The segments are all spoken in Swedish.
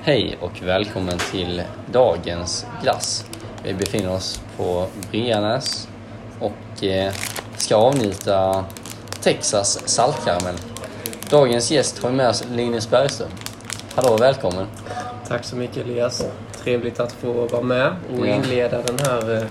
Hej och välkommen till dagens glass. Vi befinner oss på Brianäs och ska avnjuta Texas saltkaramell. Dagens gäst har med oss Linus Bergström. Hallå, välkommen. Tack så mycket, Elias. Trevligt att få vara med och inleda den här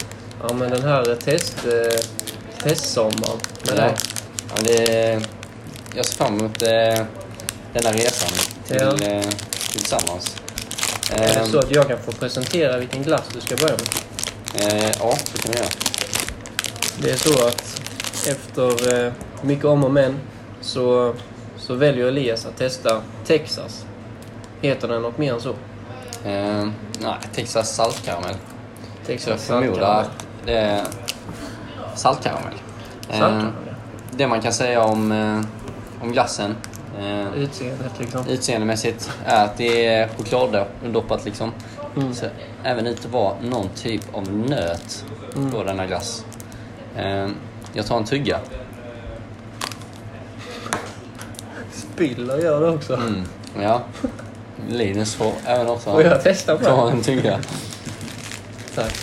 testsommaren med dig. Ja, jag ser fram emot denna resan tillsammans. Är det så att jag kan få presentera vilken glass du ska börja med? Ja, det kan vi göra. Det är så att efter mycket om och men så väljer Elias att testa Texas. Heter den något mer än så? Nej, Texas saltkaramell. Texas jag förmodar att det är saltkaramell. Det man kan säga om glassen utseendemässigt är att det är chokladdoppat liksom. Så även ut att vara någon typ av nöt på denna glass. Jag tar en tugga. Spiller gör det också. Ja. Linus får även också och jag testar på ta en tugga. Tack.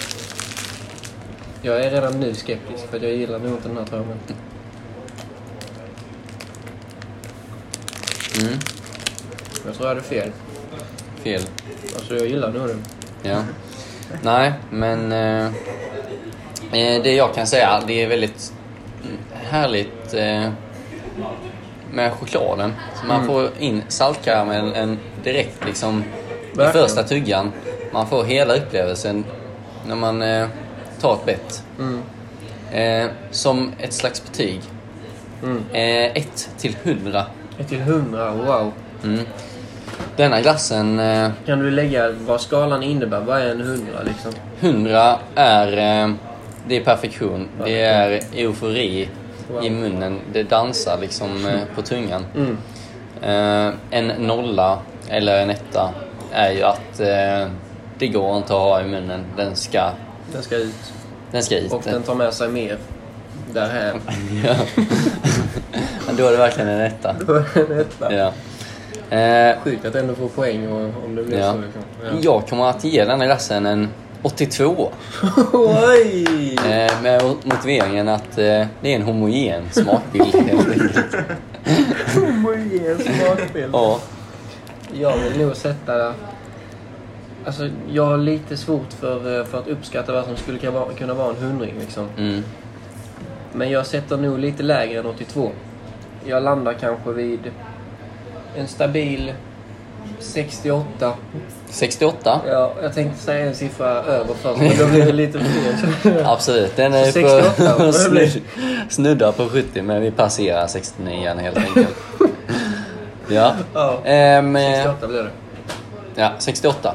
Jag är redan nu skeptisk för jag gillar nog inte den här tröjan. Jag tror jag hade fel. Fel? Alltså jag gillar nog den. Ja. Nej, men det jag kan säga, det är väldigt härligt med chokladen. Så man får in saltkaramellen direkt liksom i första tuggan. Man får hela upplevelsen när man tar ett bett. Som ett slags betyg. 1 till 100. 1 till 100, wow. Denna glassen... Kan du lägga vad skalan innebär? Vad är en 100 liksom? 100 är... det är perfektion. Det är eufori i munnen. Det dansar liksom på tungan. En nolla eller en etta är ju att det går inte att ha i munnen. Den ska ut. Den ska ut. Och den tar med sig mer där här. Ja. Då är det verkligen en etta. Då är det en etta. Ja. Sjukt att ändå få poäng om det blir så. Liksom. Ja. Jag kommer att ge den här glassen en 82. Oj! Med motiveringen att det är en homogen smakbild helt enkelt. Homogen smakbild? Ja. Jag vill nog sätta... Alltså, jag har lite svårt för att uppskatta vad som skulle kunna vara en 100 liksom. Men jag sätter nog lite lägre än 82. Jag landar kanske vid en stabil 68. 68? Ja, jag tänkte säga en siffra över först, men då blir det lite fel. Absolut, den är 68, på snuddar på 70, men vi passerar 69 helt enkelt. Ja. 68 blir det. Ja, 68.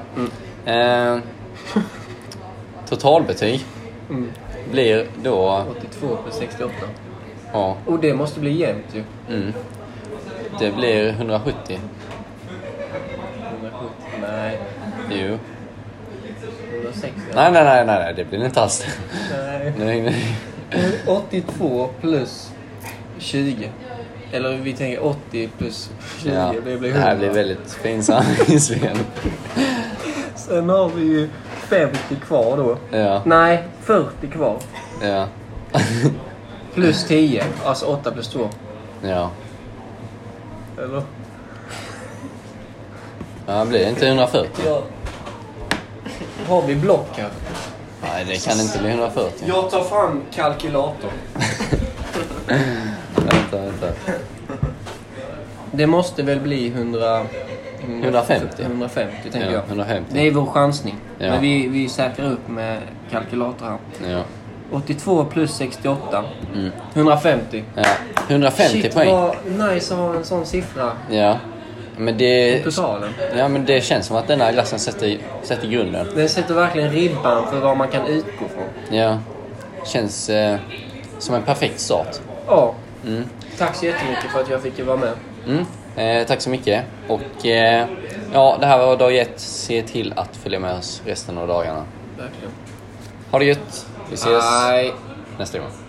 Totalbetyg blir då 82 plus 68. Ja. Och det måste bli jämnt ju. Det blir 170. 170, nej. Jo. 160. Nej, det blir inte alls. Nej. 82 plus 20. Eller vi tänker 80 plus 20, ja, det blir 100. Det här blir väldigt pinsamt i Sven. Sen har vi ju 50 kvar då. Ja. Nej, 40 kvar. Ja. Plus 10, alltså 8 plus 2. Ja. Eller? Ja, blir det inte 140? Ja. Har vi block här? Nej, det kan inte bli 140. Jag tar fram kalkylator. Vänta. Det måste väl bli 150 tänker jag. 150. Det är vår chansning. Ja. Men vi säkrar upp med kalkylator här. Ja. 82 plus 68. 150. Ja. 150 Shit, poäng. vad nice att ha en sån siffra. Ja. Men det... Totalen. Ja, men det känns som att den här glassen sätter grunden. Den sätter verkligen ribban för vad man kan utgå från. Ja. Känns som en perfekt start. Ja. Tack så jättemycket för att jag fick vara med. Tack så mycket. Och ja, det här var dag 1. Se till att följa med oss resten av dagarna. Verkligen. Ha det gött. Vi ses Bye. nästa gång.